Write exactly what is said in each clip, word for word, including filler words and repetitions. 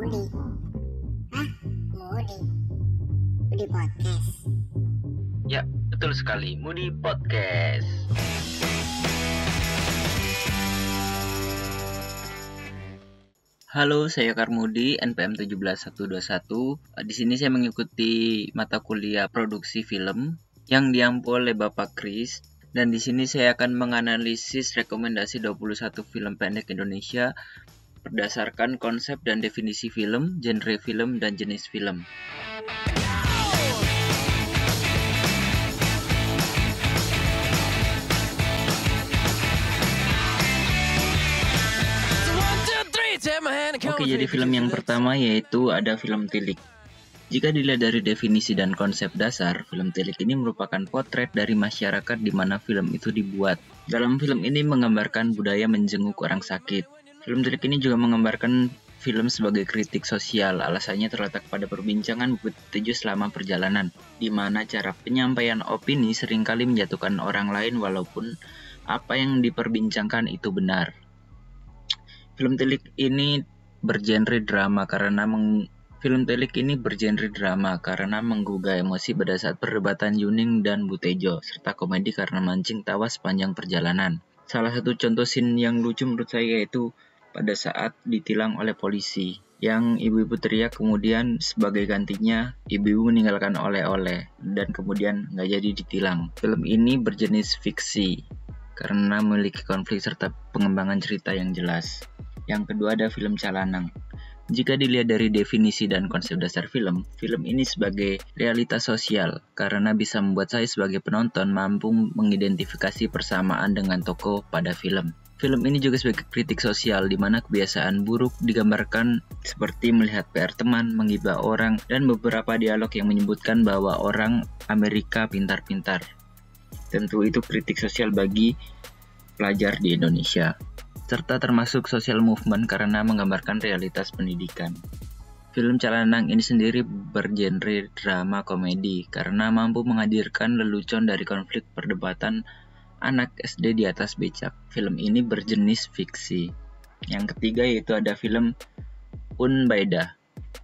Mudi. Hah? Mudi? Mudi Podcast? Ya, betul sekali. Mudi Podcast. Halo, saya Karmudi, N P M tujuh belas satu dua satu. Di sini saya mengikuti mata kuliah produksi film yang diampu oleh Bapak Kris. Dan di sini saya akan menganalisis rekomendasi dua puluh satu film pendek Indonesia berdasarkan konsep dan definisi film, genre film, dan jenis film. Oke, jadi film yang pertama yaitu ada film Tilik. Jika dilihat dari definisi dan konsep dasar, film Tilik ini merupakan potret dari masyarakat di mana film itu dibuat. Dalam film ini menggambarkan budaya menjenguk orang sakit. Film Tilik ini juga menggambarkan film sebagai kritik sosial. Alasannya terletak pada perbincangan buku tujuh selama perjalanan, di mana cara penyampaian opini seringkali menjatuhkan orang lain walaupun apa yang diperbincangkan itu benar. Film Tilik ini bergenre drama karena meng Film Tilik ini bergenre drama karena menggugah emosi pada saat perdebatan Yuning dan Butejo, serta komedi karena mancing tawa sepanjang perjalanan. Salah satu contoh scene yang lucu menurut saya yaitu pada saat ditilang oleh polisi, yang ibu-ibu teriak kemudian sebagai gantinya ibu-ibu meninggalkan oleh-oleh dan kemudian nggak jadi ditilang. Film ini berjenis fiksi karena memiliki konflik serta pengembangan cerita yang jelas. Yang kedua ada film Calanang. Jika dilihat dari definisi dan konsep dasar film, film ini sebagai realitas sosial karena bisa membuat saya sebagai penonton mampu mengidentifikasi persamaan dengan tokoh pada film. Film ini juga sebagai kritik sosial di mana kebiasaan buruk digambarkan seperti melihat P R teman, menggibah orang, dan beberapa dialog yang menyebutkan bahwa orang Amerika pintar-pintar. Tentu itu kritik sosial bagi pelajar di Indonesia, serta termasuk social movement karena menggambarkan realitas pendidikan. Film Calanang ini sendiri bergenre drama komedi karena mampu menghadirkan lelucon dari konflik perdebatan anak S D di atas becak. Film ini berjenis fiksi. Yang ketiga yaitu ada film Unbaida.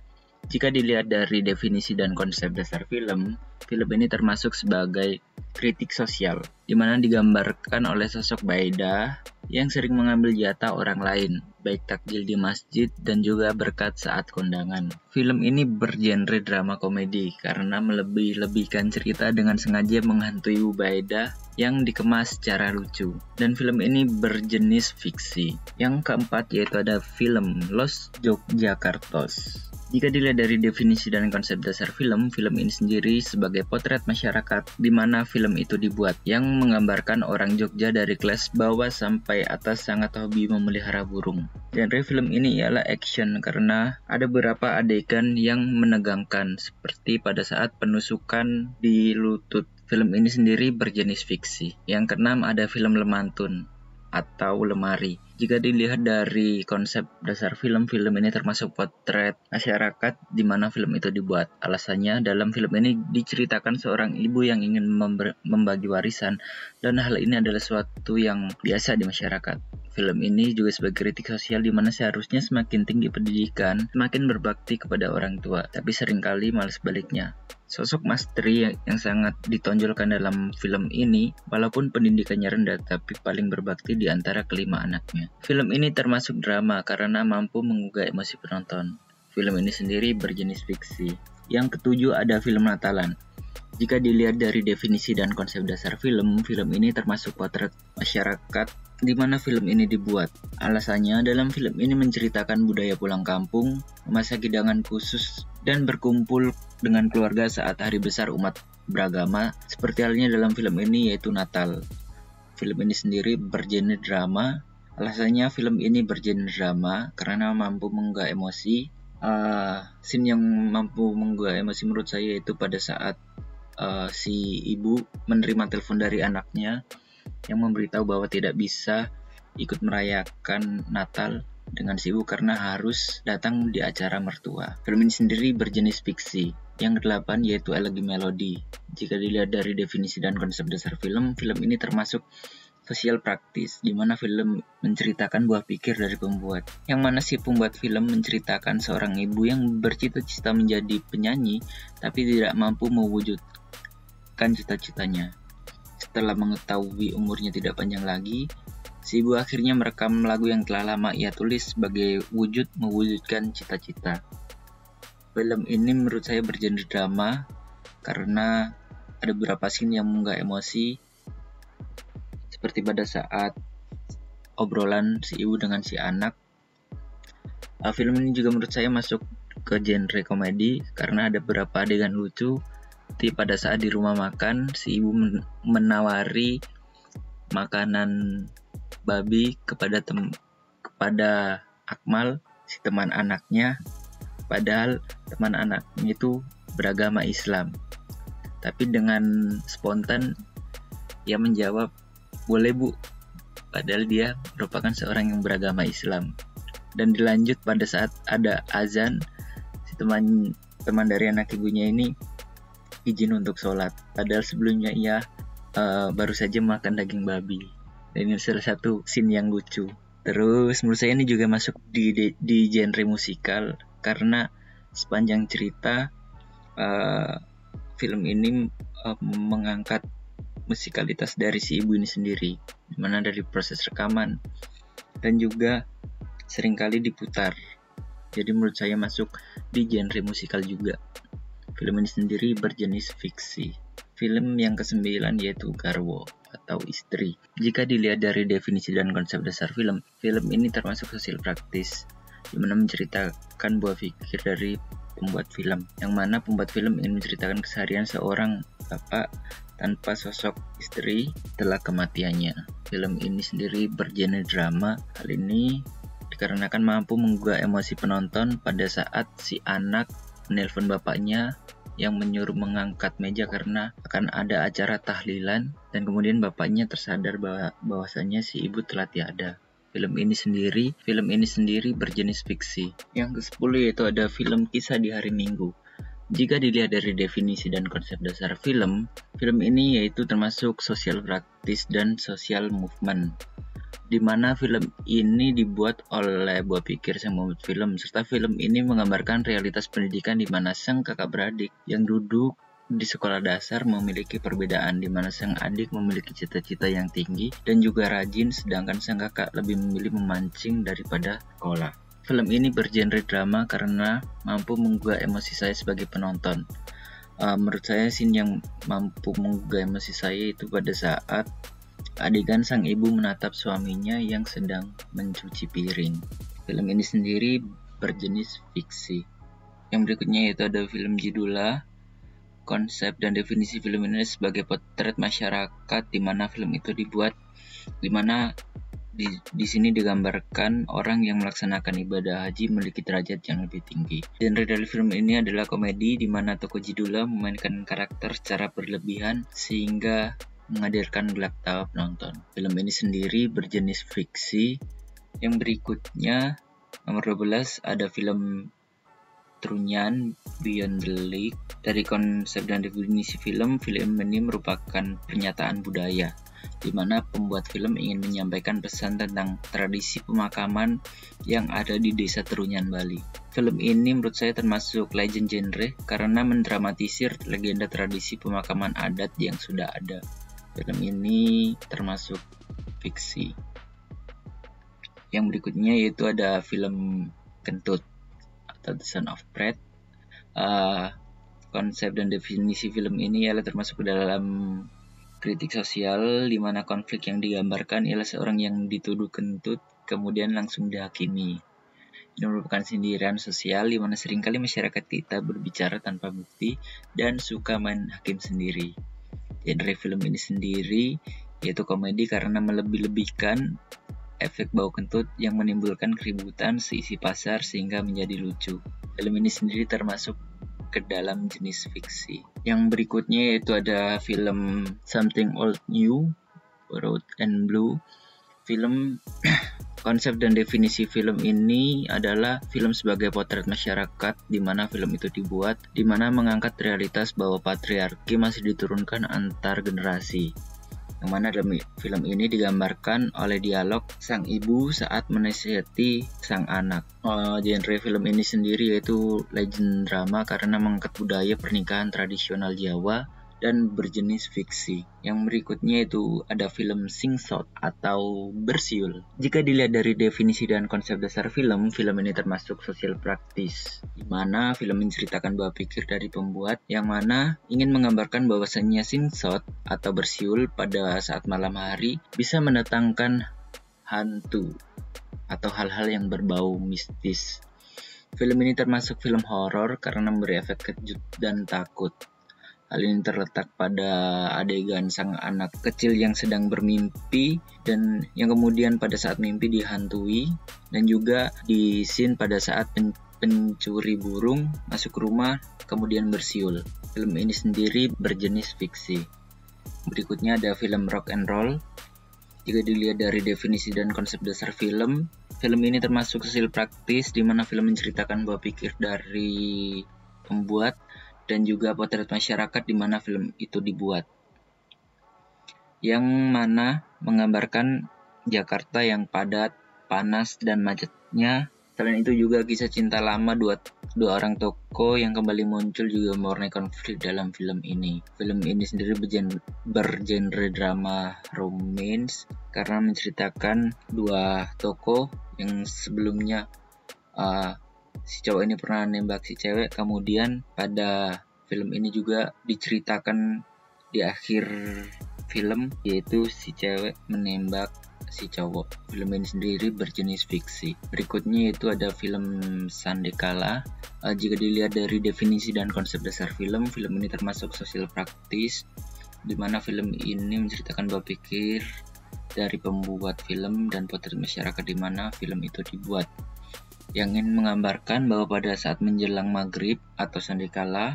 Jika dilihat dari definisi dan konsep dasar film, film ini termasuk sebagai kritik sosial, di mana digambarkan oleh sosok Baida yang sering mengambil jatah orang lain, baik takjil di masjid dan juga berkat saat kondangan. Film ini bergenre drama komedi karena melebih-lebihkan cerita dengan sengaja menghantui Baida yang dikemas secara lucu. Dan film ini berjenis fiksi. Yang keempat yaitu ada film Los Jogjakartos. Jika dilihat dari definisi dan konsep dasar film, film ini sendiri sebagai potret masyarakat di mana film itu dibuat, yang menggambarkan orang Jogja dari kelas bawah sampai atas sangat hobi memelihara burung. Genre film ini ialah action karena ada beberapa adegan yang menegangkan, seperti pada saat penusukan di lutut. Film ini sendiri berjenis fiksi. Yang keenam ada film Lemantun atau Lemari. Jika dilihat dari konsep dasar film, film ini termasuk potret masyarakat di mana film itu dibuat. Alasannya, dalam film ini diceritakan seorang ibu yang ingin member- membagi warisan, dan hal ini adalah sesuatu yang biasa di masyarakat. Film ini juga sebagai kritik sosial di mana seharusnya semakin tinggi pendidikan, semakin berbakti kepada orang tua, tapi seringkali malah sebaliknya. Sosok Mas Tri yang sangat ditonjolkan dalam film ini, walaupun pendidikannya rendah, tapi paling berbakti di antara kelima anaknya. Film ini termasuk drama karena mampu menggugah emosi penonton. Film ini sendiri berjenis fiksi. Yang ketujuh ada film Natalan. Jika dilihat dari definisi dan konsep dasar film, film ini termasuk potret masyarakat di mana film ini dibuat. Alasannya, dalam film ini menceritakan budaya pulang kampung, memasak hidangan khusus, dan berkumpul dengan keluarga saat hari besar umat beragama, seperti halnya dalam film ini yaitu Natal. Film ini sendiri bergenre drama. Alasannya film ini bergenre drama karena mampu menggugah emosi. Uh, scene yang mampu menggugah emosi menurut saya yaitu pada saat uh, si ibu menerima telepon dari anaknya yang memberitahu bahwa tidak bisa ikut merayakan Natal dengan si ibu karena harus datang di acara mertua. Film ini sendiri berjenis fiksi. Yang kedelapan yaitu Elegi Melody. Jika dilihat dari definisi dan konsep dasar film, film ini termasuk sosial praktis, di mana film menceritakan buah pikir dari pembuat. Yang mana si pembuat film menceritakan seorang ibu yang bercita-cita menjadi penyanyi, tapi tidak mampu mewujudkan cita-citanya. Setelah mengetahui umurnya tidak panjang lagi, si ibu akhirnya merekam lagu yang telah lama ia tulis sebagai wujud mewujudkan cita-cita. Film ini menurut saya bergenre drama karena ada beberapa scene yang mengunggah emosi, seperti pada saat obrolan si ibu dengan si anak. Uh, film ini juga menurut saya masuk ke genre komedi karena ada beberapa adegan lucu. Seperti pada saat di rumah makan, si ibu men- menawari makanan babi kepada tem- kepada Akmal, si teman anaknya, padahal teman anaknya itu beragama Islam. Tapi dengan spontan ia menjawab, "Boleh Bu," padahal dia merupakan seorang yang beragama Islam. Dan dilanjut pada saat ada azan, si teman teman dari anak ibunya ini izin untuk sholat, padahal sebelumnya ia uh, baru saja makan daging babi. Dan ini salah satu scene yang lucu. Terus menurut saya ini juga masuk di di, di genre musikal karena sepanjang cerita uh, film ini uh, mengangkat musikalitas dari si ibu ini sendiri, dimana dari proses rekaman dan juga seringkali diputar. Jadi menurut saya masuk di genre musikal juga. Film ini sendiri berjenis fiksi. Film yang kesembilan yaitu Garwo atau Istri. Jika dilihat dari definisi dan konsep dasar film, film ini termasuk sosial praktis, dimana menceritakan buah pikir dari pembuat film, yang mana pembuat film ingin menceritakan keseharian seorang bapak tanpa sosok istri setelah kematiannya. Film ini sendiri bergenre drama. Hal ini dikarenakan mampu menggugah emosi penonton pada saat si anak menelpon bapaknya yang menyuruh mengangkat meja karena akan ada acara tahlilan, dan kemudian bapaknya tersadar bahwa bahwasanya si ibu telah tiada. Film ini sendiri, film ini sendiri berjenis fiksi. Yang kesepuluh yaitu ada film Kisah di Hari Minggu. Jika dilihat dari definisi dan konsep dasar film, film ini yaitu termasuk sosial praktis dan social movement, di mana film ini dibuat oleh buah pikir sang pembuat film, serta film ini menggambarkan realitas pendidikan di mana sang kakak beradik yang duduk di sekolah dasar memiliki perbedaan, di mana sang adik memiliki cita-cita yang tinggi dan juga rajin, sedangkan sang kakak lebih memilih memancing daripada sekolah. Film ini bergenre drama karena mampu menggugah emosi saya sebagai penonton. Uh, menurut saya scene yang mampu menggugah emosi saya itu pada saat adegan sang ibu menatap suaminya yang sedang mencuci piring. Film ini sendiri berjenis fiksi. Yang berikutnya yaitu ada film Jidula. Konsep dan definisi film ini sebagai potret masyarakat, di mana film itu dibuat, di mana di, di sini digambarkan orang yang melaksanakan ibadah haji memiliki derajat yang lebih tinggi. Genre dari film ini adalah komedi, di mana tokoh Jidula memainkan karakter secara berlebihan sehingga menghadirkan gelak tawa penonton. Film ini sendiri berjenis fiksi. Yang berikutnya nomor dua belas ada film Trunyan Beyond the League. Dari konsep dan definisi film, film ini merupakan pernyataan budaya, di mana pembuat film ingin menyampaikan pesan tentang tradisi pemakaman yang ada di desa Trunyan, Bali. Film ini menurut saya termasuk legend genre karena mendramatisir legenda tradisi pemakaman adat yang sudah ada. Film ini termasuk fiksi. Yang berikutnya yaitu ada film Kentut atau The Son of Pratt. Uh, konsep dan definisi film ini ialah termasuk dalam kritik sosial, di mana konflik yang digambarkan ialah seorang yang dituduh kentut kemudian langsung dihakimi. Ini merupakan sindiran sosial di mana seringkali masyarakat kita berbicara tanpa bukti dan suka main hakim sendiri. Genre film ini sendiri yaitu komedi karena melebih-lebihkan efek bau kentut yang menimbulkan keributan seisi pasar sehingga menjadi lucu. Film ini sendiri termasuk ke dalam jenis fiksi. Yang berikutnya yaitu ada film Something Old New, Red and Blue. Film konsep dan definisi film ini adalah film sebagai potret masyarakat, di mana film itu dibuat, di mana mengangkat realitas bahwa patriarki masih diturunkan antar generasi. yang mana dalam film ini digambarkan oleh dialog sang ibu saat menasihati sang anak. Uh, genre film ini sendiri yaitu legend drama karena mengangkat budaya pernikahan tradisional Jawa dan berjenis fiksi. Yang berikutnya itu ada film singsot atau bersiul. Jika dilihat dari definisi dan konsep dasar film, film ini termasuk sosial praktis, di mana film menceritakan buah pikir dari pembuat yang mana ingin menggambarkan bahwasannya singsot atau bersiul pada saat malam hari bisa mendatangkan hantu atau hal-hal yang berbau mistis. Film ini termasuk film horor karena memberi efek kejut dan takut. Hal ini terletak pada adegan sang anak kecil yang sedang bermimpi dan yang kemudian pada saat mimpi dihantui, dan juga di scene pada saat pen- pencuri burung masuk rumah kemudian bersiul. Film ini sendiri berjenis fiksi. Berikutnya ada film rock and roll. Jika dilihat dari definisi dan konsep dasar film, film ini termasuk sosial praktis di mana film menceritakan buah pikir dari pembuat dan juga potret masyarakat di mana film itu dibuat, yang mana menggambarkan Jakarta yang padat, panas, dan macetnya. Selain itu juga kisah cinta lama dua, dua orang tokoh yang kembali muncul juga mewarnai konflik dalam film ini. Film ini sendiri bergen- bergenre drama romance karena menceritakan dua tokoh yang sebelumnya uh, si cowok ini pernah nembak si cewek, kemudian pada film ini juga diceritakan di akhir film yaitu si cewek menembak si cowok. Film ini sendiri berjenis fiksi. Berikutnya itu ada film Sandekala. Uh, jika dilihat dari definisi dan konsep dasar film, film ini termasuk sosial praktis, di mana film ini menceritakan buah pikir dari pembuat film dan potret masyarakat di mana film itu dibuat, yang ingin menggambarkan bahwa pada saat menjelang maghrib atau sandekala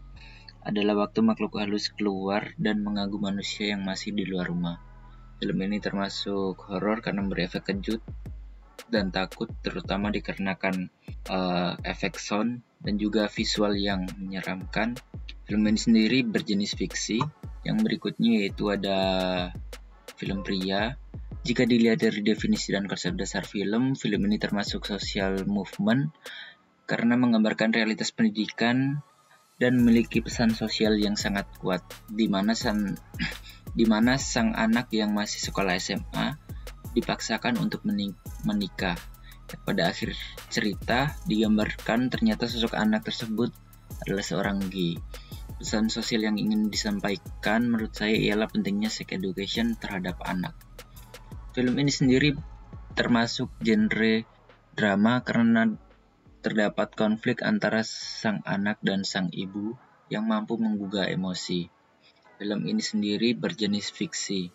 adalah waktu makhluk halus keluar dan mengganggu manusia yang masih di luar rumah. Film ini termasuk horor karena memberi efek kejut dan takut, terutama dikarenakan uh, efek sound dan juga visual yang menyeramkan. Film ini sendiri berjenis fiksi. Yang berikutnya yaitu ada film pria. Jika dilihat dari definisi dan konsep dasar film, film ini termasuk social movement karena menggambarkan realitas pendidikan dan memiliki pesan sosial yang sangat kuat, di mana sang, di mana sang anak yang masih sekolah S M A dipaksakan untuk menikah. Pada akhir cerita digambarkan ternyata sosok anak tersebut adalah seorang gay. Pesan sosial yang ingin disampaikan menurut saya ialah pentingnya sex education terhadap anak. Film ini sendiri termasuk genre drama karena terdapat konflik antara sang anak dan sang ibu yang mampu menggugah emosi. Film ini sendiri berjenis fiksi.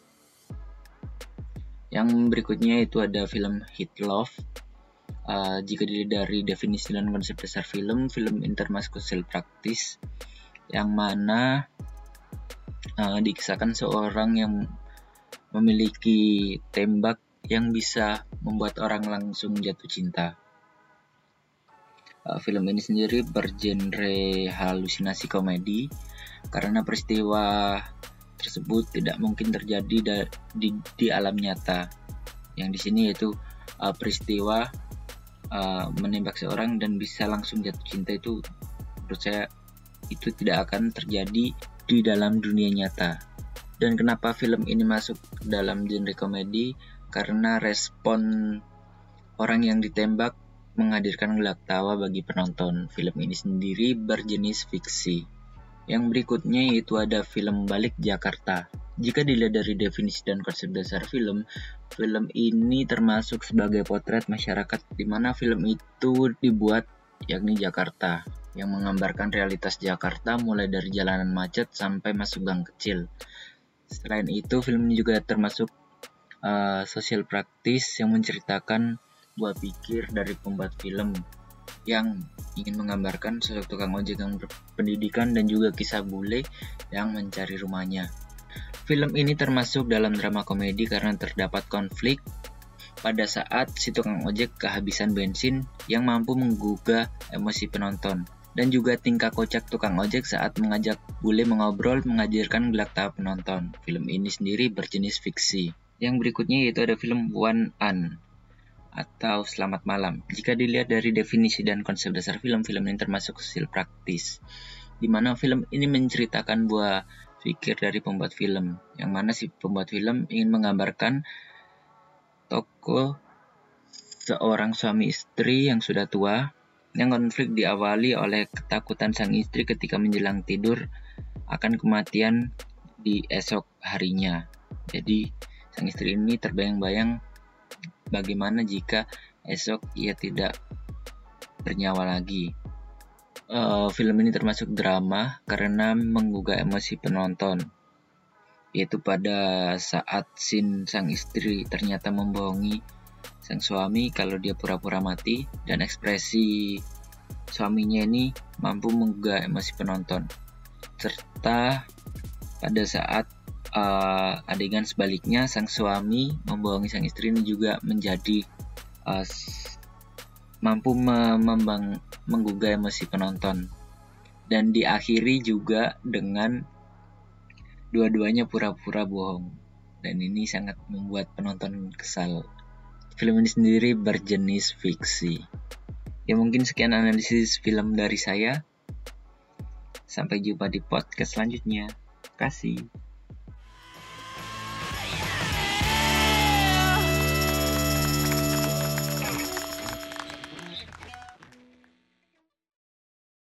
Yang berikutnya itu ada film Hit Love. Uh, jika dilihat dari definisi dan konsep dasar film, film ini termasuk sosial praktis, yang mana uh, dikisahkan seorang yang memiliki tembak yang bisa membuat orang langsung jatuh cinta. Uh, film ini sendiri bergenre halusinasi komedi karena peristiwa tersebut tidak mungkin terjadi da- di, di alam nyata. Yang di sini yaitu uh, peristiwa uh, menembak seorang dan bisa langsung jatuh cinta itu, menurut saya itu tidak akan terjadi di dalam dunia nyata. Dan kenapa film ini masuk dalam genre komedi? Karena respon orang yang ditembak menghadirkan gelak tawa bagi penonton. Film ini sendiri berjenis fiksi. Yang berikutnya yaitu ada film Balik Jakarta. Jika dilihat dari definisi dan konsep dasar film, film ini termasuk sebagai potret masyarakat di mana film itu dibuat, yakni Jakarta, yang menggambarkan realitas Jakarta mulai dari jalanan macet sampai masuk gang kecil. Selain itu, film ini juga termasuk uh, sosial praktis yang menceritakan buah pikir dari pembuat film yang ingin menggambarkan sosok tukang ojek yang berpendidikan dan juga kisah bule yang mencari rumahnya. Film ini termasuk dalam drama komedi karena terdapat konflik pada saat si tukang ojek kehabisan bensin yang mampu menggugah emosi penonton. Dan juga tingkah kocak tukang ojek saat mengajak bule mengobrol mengajarkan gelak tawa penonton. Film ini sendiri berjenis fiksi. Yang berikutnya yaitu ada film One An atau Selamat Malam. Jika dilihat dari definisi dan konsep dasar film, film ini termasuk hasil praktis, di mana film ini menceritakan buah pikir dari pembuat film, yang mana si pembuat film ingin menggambarkan tokoh seorang suami istri yang sudah tua, yang konflik diawali oleh ketakutan sang istri ketika menjelang tidur akan kematian di esok harinya. Jadi sang istri ini terbayang-bayang bagaimana jika esok ia tidak bernyawa lagi. Uh, film ini termasuk drama karena menggugah emosi penonton, yaitu pada saat scene sang istri ternyata membohongi sang suami kalau dia pura-pura mati, dan ekspresi suaminya ini mampu menggugah emosi penonton. Serta pada saat uh, adegan sebaliknya, sang suami membohongi sang istri ini juga menjadi uh, mampu membang, menggugah emosi penonton. Dan diakhiri juga dengan dua-duanya pura-pura bohong. Dan ini sangat membuat penonton kesal. Film ini sendiri berjenis fiksi. Ya mungkin sekian analisis film dari saya. Sampai jumpa di podcast selanjutnya. Terima kasih.